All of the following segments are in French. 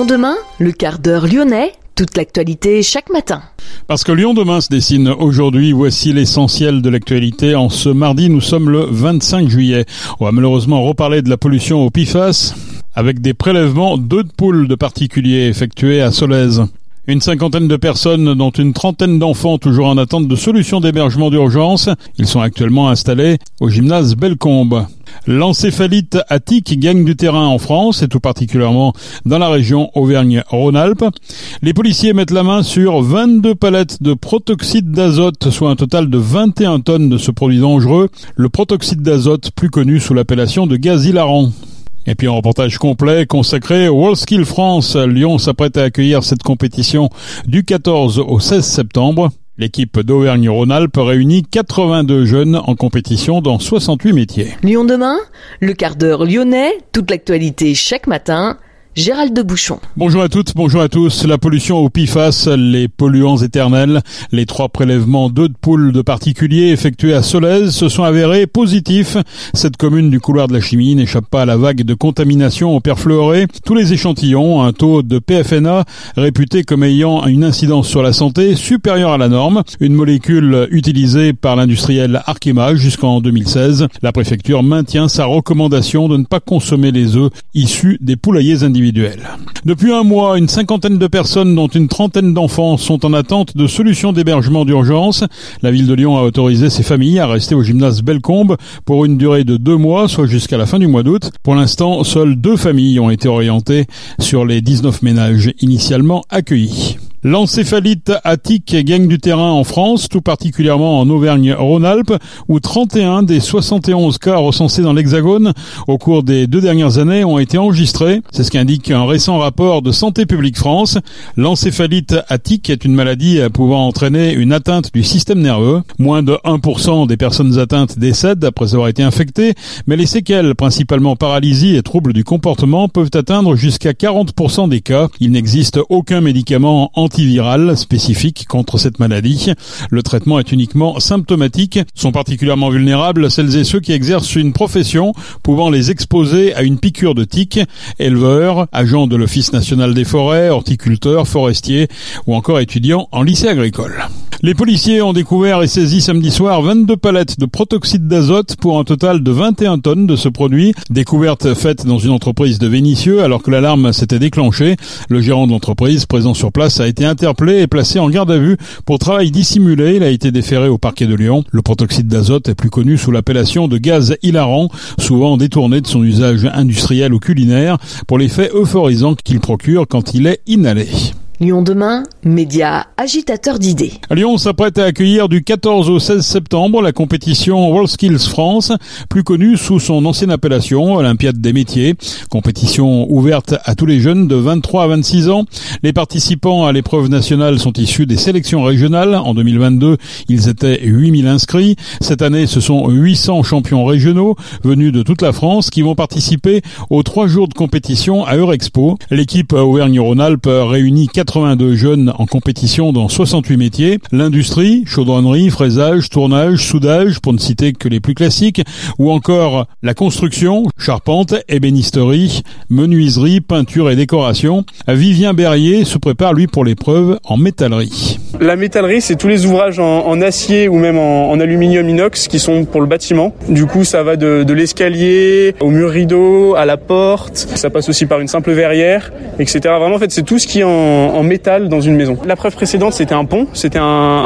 Lyon demain, le quart d'heure lyonnais, toute l'actualité chaque matin. Parce que Lyon demain se dessine aujourd'hui, voici l'essentiel de l'actualité. En ce mardi, nous sommes le 25 juillet. On va malheureusement reparler de la pollution au PFAS avec des prélèvements d'œufs de poule de particuliers effectués à Solèze. Une cinquantaine de personnes, dont une trentaine d'enfants toujours en attente de solutions d'hébergement d'urgence. Ils sont actuellement installés au gymnase Bellecombe. L'encéphalite attique gagne du terrain en France, et tout particulièrement dans la région Auvergne-Rhône-Alpes. Les policiers mettent la main sur 22 palettes de protoxyde d'azote, soit un total de 21 tonnes de ce produit dangereux, le protoxyde d'azote plus connu sous l'appellation de gaz hilarant. Et puis un reportage complet consacré au WorldSkills France. Lyon s'apprête à accueillir cette compétition du 14 au 16 septembre. L'équipe d'Auvergne-Rhône-Alpes réunit 82 jeunes en compétition dans 68 métiers. Lyon demain, le quart d'heure lyonnais, toute l'actualité chaque matin. Gérald de Bouchon. Bonjour à toutes, bonjour à tous. La pollution au PFAS, les polluants éternels, les 3 prélèvements d'œufs de poule de particuliers effectués à Solèze se sont avérés positifs. Cette commune du couloir de la chimie n'échappe pas à la vague de contamination au perfluoré. Tous les échantillons ont un taux de PFNA réputé comme ayant une incidence sur la santé supérieure à la norme, une molécule utilisée par l'industriel Arkema jusqu'en 2016. La préfecture maintient sa recommandation de ne pas consommer les œufs issus des poulaillers individuels. Depuis un mois, une cinquantaine de personnes, dont une trentaine d'enfants, sont en attente de solutions d'hébergement d'urgence. La ville de Lyon a autorisé ces familles à rester au gymnase Bellecombe pour une durée de 2 mois, soit jusqu'à la fin du mois d'août. Pour l'instant, seules 2 familles ont été orientées sur les 19 ménages initialement accueillis. L'encéphalite attique gagne du terrain en France, tout particulièrement en Auvergne-Rhône-Alpes, où 31 des 71 cas recensés dans l'Hexagone au cours des 2 dernières années ont été enregistrés. C'est ce qu'indique un récent rapport de Santé publique France. L'encéphalite attique est une maladie pouvant entraîner une atteinte du système nerveux. Moins de 1% des personnes atteintes décèdent après avoir été infectées, mais les séquelles, principalement paralysie et troubles du comportement, peuvent atteindre jusqu'à 40% des cas. Il n'existe aucun médicament antiviral spécifique contre cette maladie. Le traitement est uniquement symptomatique. Sont particulièrement vulnérables celles et ceux qui exercent une profession pouvant les exposer à une piqûre de tique, éleveurs, agents de l'Office national des forêts, horticulteurs, forestiers ou encore étudiants en lycée agricole. Les policiers ont découvert et saisi samedi soir 22 palettes de protoxyde d'azote pour un total de 21 tonnes de ce produit. Découverte faite dans une entreprise de Vénissieux alors que l'alarme s'était déclenchée. Le gérant de l'entreprise, présent sur place, a été interpellé et placé en garde à vue pour travail dissimulé. Il a été déféré au parquet de Lyon. Le protoxyde d'azote est plus connu sous l'appellation de gaz hilarant, souvent détourné de son usage industriel ou culinaire pour l'effet euphorisant qu'il procure quand il est inhalé. Lyon demain, média agitateur d'idées. Lyon s'apprête à accueillir du 14 au 16 septembre la compétition WorldSkills France, plus connue sous son ancienne appellation, Olympiade des métiers. Compétition ouverte à tous les jeunes de 23 à 26 ans. Les participants à l'épreuve nationale sont issus des sélections régionales. En 2022, ils étaient 8000 inscrits. Cette année, ce sont 800 champions régionaux venus de toute la France qui vont participer aux 3 jours de compétition à Eurexpo. L'équipe Auvergne-Rhône-Alpes réunit 82 jeunes en compétition dans 68 métiers. L'industrie, chaudronnerie, fraisage, tournage, soudage, pour ne citer que les plus classiques, ou encore la construction, charpente, ébénisterie, menuiserie, peinture et décoration. Vivien Berrier se prépare, lui, pour l'épreuve en métallerie. La métallerie, c'est tous les ouvrages en acier ou même en aluminium inox qui sont pour le bâtiment. Du coup, ça va de l'escalier au mur rideau, à la porte. Ça passe aussi par une simple verrière, etc. Vraiment, en fait, c'est tout ce qui est en métal dans une maison. La preuve précédente, c'était un pont. C'était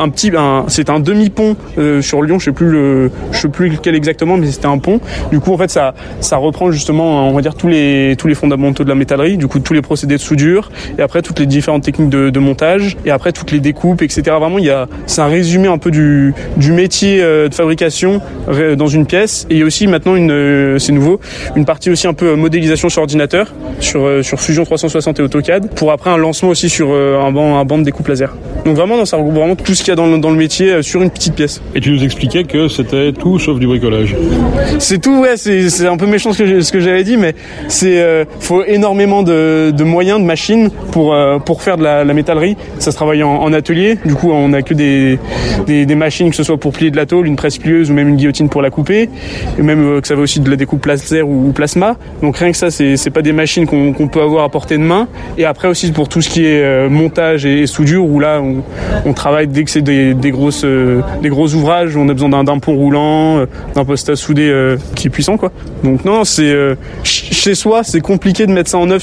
c'était un demi-pont sur Lyon. Je sais plus lequel exactement, mais c'était un pont. Du coup, en fait, ça reprend justement, on va dire, tous les fondamentaux de la métallerie. Du coup, tous les procédés de soudure et après toutes les différentes techniques de montage et après toutes les découpes, etc. Vraiment, c'est un résumé un peu du métier de fabrication dans une pièce. Et il y a aussi maintenant c'est nouveau, une partie aussi un peu modélisation sur ordinateur, sur Fusion 360 et AutoCAD, pour après un lancement aussi sur un banc de découpe laser. Donc vraiment, ça regroupe vraiment tout ce qu'il y a dans le métier sur une petite pièce. Et tu nous expliquais que c'était tout sauf du bricolage. C'est tout, ouais, c'est un peu méchant ce que j'avais dit, mais faut énormément de moyens, de machines pour faire de la métallerie. Ça se travaille en atelier. Du coup, on a que des machines, que ce soit pour plier de la tôle, une presse plieuse ou même une guillotine pour la couper, et même que ça va aussi de la découpe laser ou plasma. Donc rien que ça, c'est pas des machines qu'on peut avoir à portée de main. Et après aussi pour tout ce qui est montage et soudure, où là on travaille dès que c'est des gros ouvrages, où on a besoin d'un pont roulant, d'un poste à souder qui est puissant, quoi. Donc non, chez soi, c'est compliqué de mettre ça en œuvre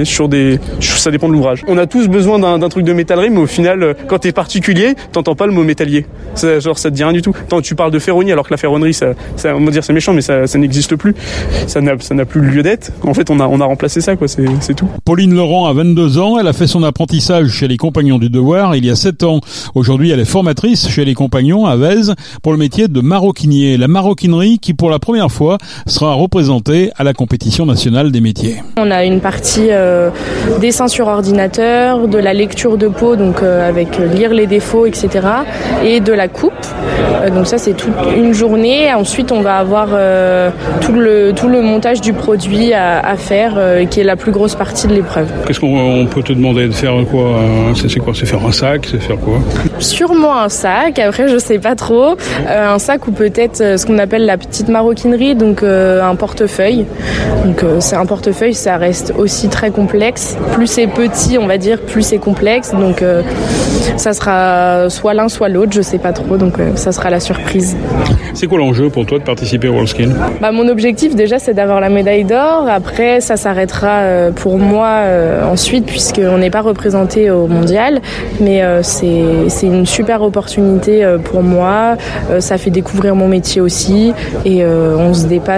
ça dépend de l'ouvrage. On a tous besoin d'un truc de métallerie, mais au final, quand t'es particulier, t'entends pas le mot métallier. Ça te dit rien du tout. Tu parles de ferronnerie, alors que la ferronnerie, ça on va dire c'est méchant, mais ça n'existe plus. Ça n'a plus lieu d'être. En fait, on a remplacé ça, quoi. C'est tout. Pauline Laurent a 22 ans. Elle a fait son apprentissage chez les Compagnons du Devoir il y a 7 ans. Aujourd'hui, elle est formatrice chez les Compagnons à Vèze pour le métier de maroquinier. La maroquinerie qui, pour la première fois, sera représentée à la compétition nationale des métiers. On a une partie dessin sur ordinateur, de la lecture de peau, donc avec lire les défauts, etc. et de la coupe. Donc ça, c'est toute une journée. Ensuite, on va avoir tout le montage du produit à faire, qui est la plus grosse partie de l'épreuve. Qu'est-ce qu'on peut te demander de faire, quoi? C'est quoi? C'est faire un sac? C'est faire quoi? Sûrement un sac. Après, je sais pas trop. Un sac ou peut-être ce qu'on appelle la petite maroquinerie, donc un portefeuille. Donc c'est un portefeuille, ça reste aussi très complexe. Plus c'est petit, on va dire, plus c'est complexe. Donc ça sera soit l'un soit l'autre, je sais pas trop. Donc ça sera la surprise. C'est quoi l'enjeu pour toi de participer au WorldSkills? Mon objectif déjà, c'est d'avoir la médaille d'or. Après, ça s'arrêtera pour moi ensuite, puisqu'on n'est pas représenté au mondial. Mais c'est une super opportunité pour moi. Ça fait découvrir mon métier aussi. Et on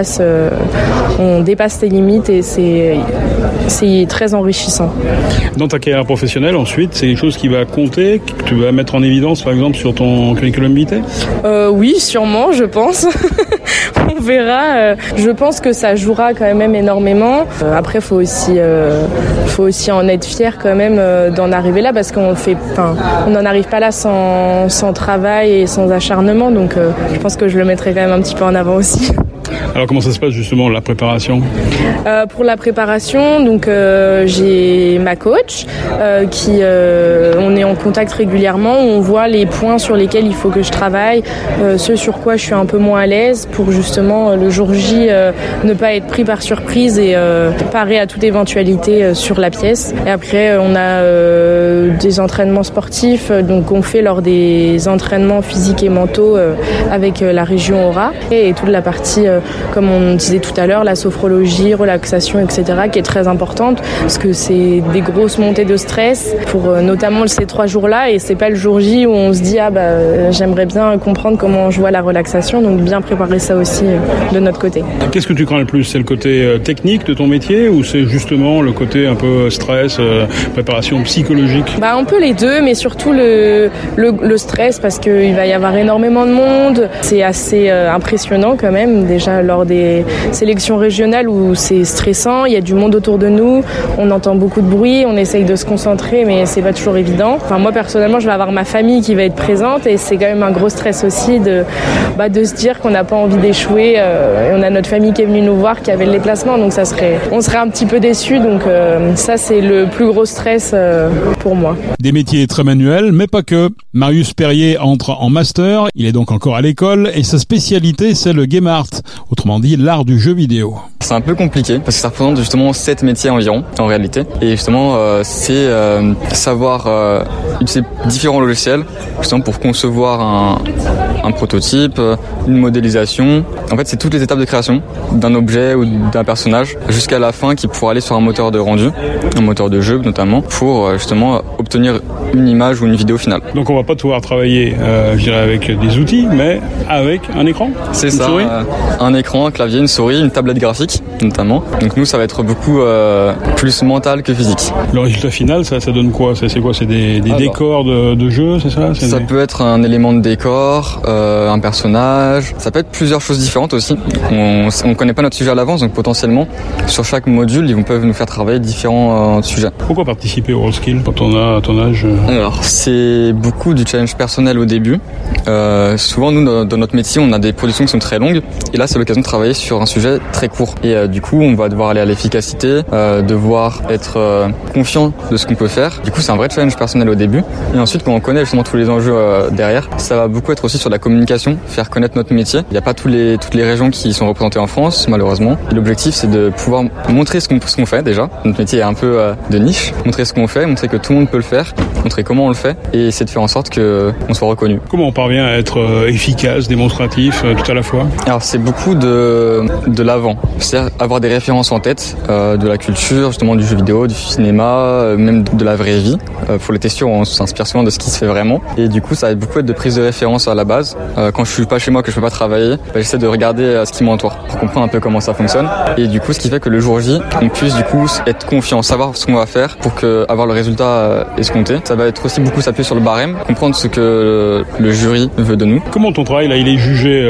dépasse tes limites et c'est très enrichissant. Dans ta carrière professionnelle, ensuite, c'est quelque chose qui va compter, que tu vas mettre en évidence, par exemple, sur ton curriculum vitae? Oui, sûrement, je pense. On verra. Je pense que ça jouera quand même énormément. Après, faut aussi en être fier quand même d'en arriver là, parce on n'en arrive pas là sans travail et sans acharnement. Donc, je pense que je le mettrai quand même un petit peu en avant aussi. Alors comment ça se passe justement la préparation? Pour la préparation, donc j'ai ma coach qui on est en contact régulièrement, où on voit les points sur lesquels il faut que je travaille, ce sur quoi je suis un peu moins à l'aise, pour justement le jour J ne pas être pris par surprise et parer à toute éventualité sur la pièce. Et après on a des entraînements sportifs, donc on fait lors des entraînements physiques et mentaux avec la région Aura, et toute la partie comme on disait tout à l'heure, la sophrologie, relaxation, etc., qui est très importante, parce que c'est des grosses montées de stress pour notamment ces 3 jours-là, et c'est pas le jour J où on se dit j'aimerais bien comprendre comment je vois la relaxation, donc bien préparer ça aussi de notre côté. Qu'est-ce que tu crains le plus? C'est le côté technique de ton métier, ou c'est justement le côté un peu stress, préparation psychologique? Un peu les deux, mais surtout le stress, parce qu'il va y avoir énormément de monde. C'est assez impressionnant quand même, déjà lors des sélections régionales où c'est stressant, il y a du monde autour de nous, on entend beaucoup de bruit, on essaye de se concentrer, mais c'est pas toujours évident. Moi personnellement, je vais avoir ma famille qui va être présente, et c'est quand même un gros stress aussi de se dire qu'on n'a pas envie d'échouer, et on a notre famille qui est venue nous voir, qui avait le déplacement, donc on serait un petit peu déçus, donc ça c'est le plus gros stress pour moi. Des métiers très manuels, mais pas que. Marius Perrier entre en master, il est donc encore à l'école, et sa spécialité c'est le game art, autrement dit l'art du jeu vidéo. C'est un peu compliqué parce que ça représente justement 7 métiers environ en réalité, et justement c'est savoir utiliser différents logiciels justement pour concevoir un prototype, une modélisation. En fait, c'est toutes les étapes de création d'un objet ou d'un personnage jusqu'à la fin, qui pourra aller sur un moteur de rendu, un moteur de jeu notamment, pour justement obtenir une image ou une vidéo finale. Donc on va pas pouvoir travailler je dirais avec des outils, mais avec un écran. C'est ça, un écran, un clavier, une souris, une tablette graphique, physique notamment. Donc nous, ça va être beaucoup plus mental que physique. Le résultat final, ça donne quoi ? C'est quoi ? C'est des décors de jeu, c'est ça ? Ça peut être un élément de décor, un personnage. Ça peut être plusieurs choses différentes aussi. On connaît pas notre sujet à l'avance, donc potentiellement sur chaque module, ils peuvent nous faire travailler différents sujets. Pourquoi participer au WorldSkills quand on a ton âge ? Alors, c'est beaucoup du challenge personnel au début. Souvent, nous, dans notre métier, on a des productions qui sont très longues. Et là, c'est l'occasion de travailler sur un sujet très court. Et du coup, on va devoir aller à l'efficacité, devoir être confiant de ce qu'on peut faire. Du coup, c'est un vrai challenge personnel au début. Et ensuite, quand on connaît justement tous les enjeux derrière, ça va beaucoup être aussi sur la communication, faire connaître notre métier. Il n'y a pas toutes les régions qui sont représentées en France, malheureusement. Et l'objectif, c'est de pouvoir montrer ce qu'on fait déjà. Notre métier est un peu de niche. Montrer ce qu'on fait, montrer que tout le monde peut le faire, montrer comment on le fait et essayer de faire en sorte qu'on soit reconnu. Comment on parvient à être efficace, démonstratif, tout à la fois ? Alors c'est beaucoup de l'avant, c'est-à-dire avoir des références en tête, de la culture, justement du jeu vidéo, du cinéma, même de la vraie vie. Pour les testures, on s'inspire souvent de ce qui se fait vraiment. Et du coup, ça va beaucoup être de prise de référence à la base. Quand je suis pas chez moi, que je peux pas travailler, j'essaie de regarder ce qui m'entoure pour comprendre un peu comment ça fonctionne. Et du coup, ce qui fait que le jour J, on puisse du coup être confiant, savoir ce qu'on va faire pour avoir le résultat escompté. Ça va être aussi beaucoup s'appuyer sur le barème, comprendre ce que le jury veut de nous. Comment ton travail là, il est jugé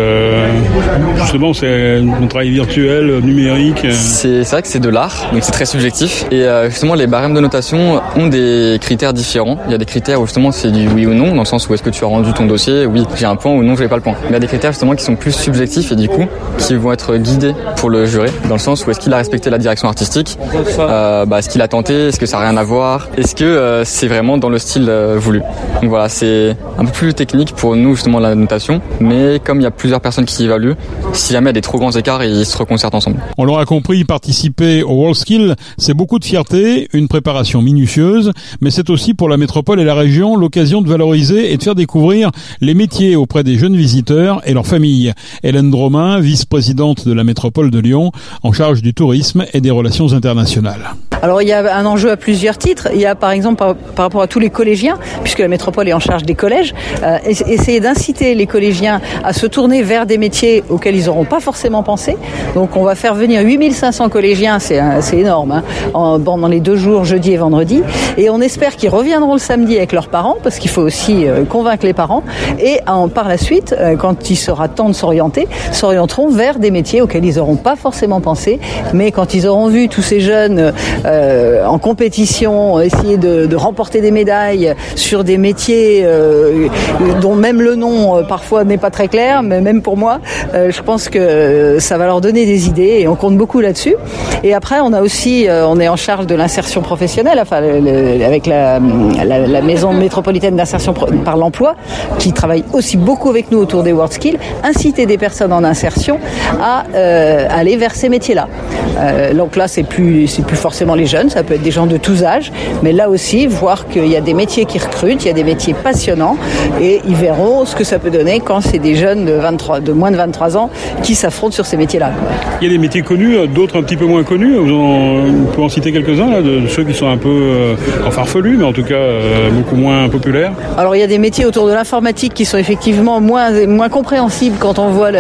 justement, c'est un travail virtuel, numérique. C'est vrai que c'est de l'art, donc c'est très subjectif. Et justement, les barèmes de notation ont des critères différents. Il y a des critères où justement c'est du oui ou non, dans le sens où est-ce que tu as rendu ton dossier, oui, j'ai un point ou non, je n'ai pas le point. Il y a des critères justement qui sont plus subjectifs et du coup qui vont être guidés pour le jury, dans le sens où est-ce qu'il a respecté la direction artistique, est-ce qu'il a tenté, est-ce que ça n'a rien à voir, est-ce que c'est vraiment dans le style voulu. Donc voilà, c'est un peu plus technique pour nous justement la notation, mais comme il y a plusieurs personnes qui évaluent, si jamais il y a des trop grands écarts, ils se reconcertent ensemble. On l'aura compris, participer au WorldSkills, c'est beaucoup de fierté, une préparation minutieuse, mais c'est aussi pour la métropole et la région l'occasion de valoriser et de faire découvrir les métiers auprès des jeunes visiteurs et leurs familles. Hélène Dromain, vice-présidente de la métropole de Lyon, en charge du tourisme et des relations internationales. Alors il y a un enjeu à plusieurs titres. Il y a par exemple par rapport à tous les collégiens, puisque la métropole est en charge des collèges, essayer d'inciter les collégiens à se tourner vers des métiers auxquels ils n'auront pas forcément pensé. Donc on va faire venir 8500 collégiens, c'est énorme, pendant les 2 jours, jeudi et vendredi. Et on espère qu'ils reviendront le samedi avec leurs parents, parce qu'il faut aussi convaincre les parents. Et par la suite, quand il sera temps de s'orienteront vers des métiers auxquels ils n'auront pas forcément pensé. Mais quand ils auront vu tous ces jeunes en compétition, essayer de remporter des médailles sur des métiers dont même le nom parfois n'est pas très clair, mais même pour moi, je pense que ça va leur donner des idées et on compte beaucoup là-dessus. Et après, on a aussi, on est en charge de l'insertion professionnelle, avec la maison métropolitaine d'insertion par l'emploi, qui travaille aussi beaucoup avec nous autour des WorldSkills, inciter des personnes en insertion à aller vers ces métiers-là. Donc là, c'est plus forcément les jeunes, ça peut être des gens de tous âges, mais là aussi, voir qu'il y a des métiers qui recrutent, il y a des métiers passionnants, et ils verront ce que ça peut donner quand c'est des jeunes de moins de 23 ans qui s'affrontent sur ces métiers-là. Il y a des métiers connus, d'autres un petit peu moins connus. Vous pouvez en citer quelques-uns, là, de ceux qui sont un peu farfelus, mais en tout cas beaucoup moins populaires. Alors il y a des métiers autour de l'informatique qui sont effectivement moins compréhensibles quand on voit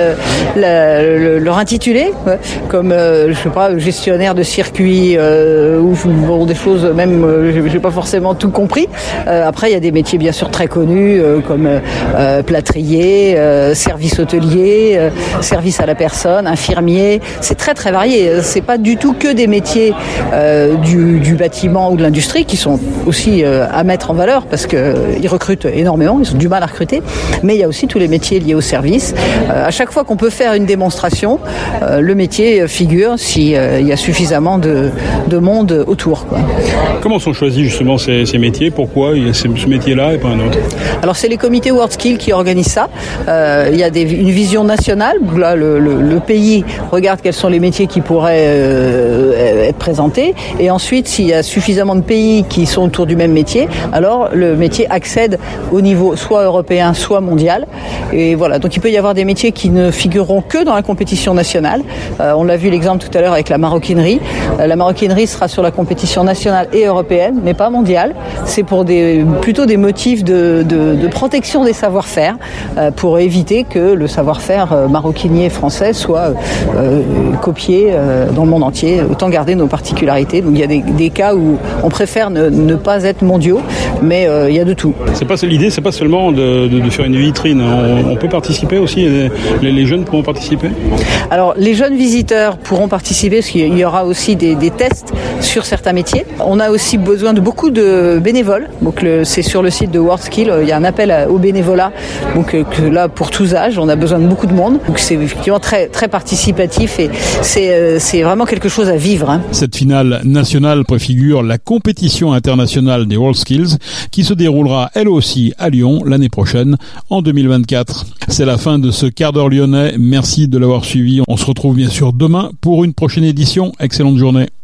leur intitulé, comme je sais pas, gestionnaire de circuit ou des choses même j'ai pas forcément tout compris. Après il y a des métiers bien sûr très connus comme plâtrier, service hôtelier, service à la personne, infirmier. C'est très très varié. C'est pas du tout que des métiers du bâtiment ou de l'industrie qui sont aussi à mettre en valeur parce que ils recrutent énormément, ils ont du mal à recruter. Mais il y a aussi tous les métiers liés au service. À chaque fois qu'on peut faire une démonstration, le métier figure s'il y a suffisamment de monde autour, quoi. Comment sont choisis justement ces métiers ? Pourquoi il y a ce métier-là et pas un autre ? Alors c'est les comités WorldSkills qui organisent ça. Il y a une vision nationale. Là, le pays regarde quels sont les métiers qui pourraient être présentés. Et ensuite, s'il y a suffisamment de pays qui sont autour du même métier, alors le métier accède au niveau soit européen, soit mondial. Et voilà. Donc il peut y avoir des métiers qui ne figureront que dans la compétition nationale. On l'a vu l'exemple tout à l'heure avec la maroquinerie. La maroquinerie sera sur la compétition nationale et européenne, mais pas mondiale. C'est pour plutôt des motifs de protection des savoir-faire, pour éviter que le savoir-faire maroquinier français soit copié dans le monde entier. Autant garder nos particularités. Donc il y a des cas où on préfère ne pas être mondiaux, mais il y a de tout. L'idée, c'est pas seulement de faire une vitrine. On peut participer aussi. Les jeunes pourront participer. Alors les jeunes visiteurs pourront participer parce qu'il y aura aussi des tests sur certains métiers. On a aussi besoin de beaucoup de bénévoles. Donc c'est sur le site de WorldSkill. Il y a un appel au bénévolat. Donc là pour tous âges, on a besoin de beaucoup de monde. Donc c'est effectivement très très participatif et c'est vraiment quelque chose à vivre. Hein. Cette finale nationale préfigure la compétition internationale des WorldSkills qui se déroulera elle aussi à Lyon l'année prochaine en 2024. C'est la fin de ce quart d'heure lyonnais. Merci de l'avoir suivi. On se retrouve bien sûr demain pour une prochaine édition. Excellente journée.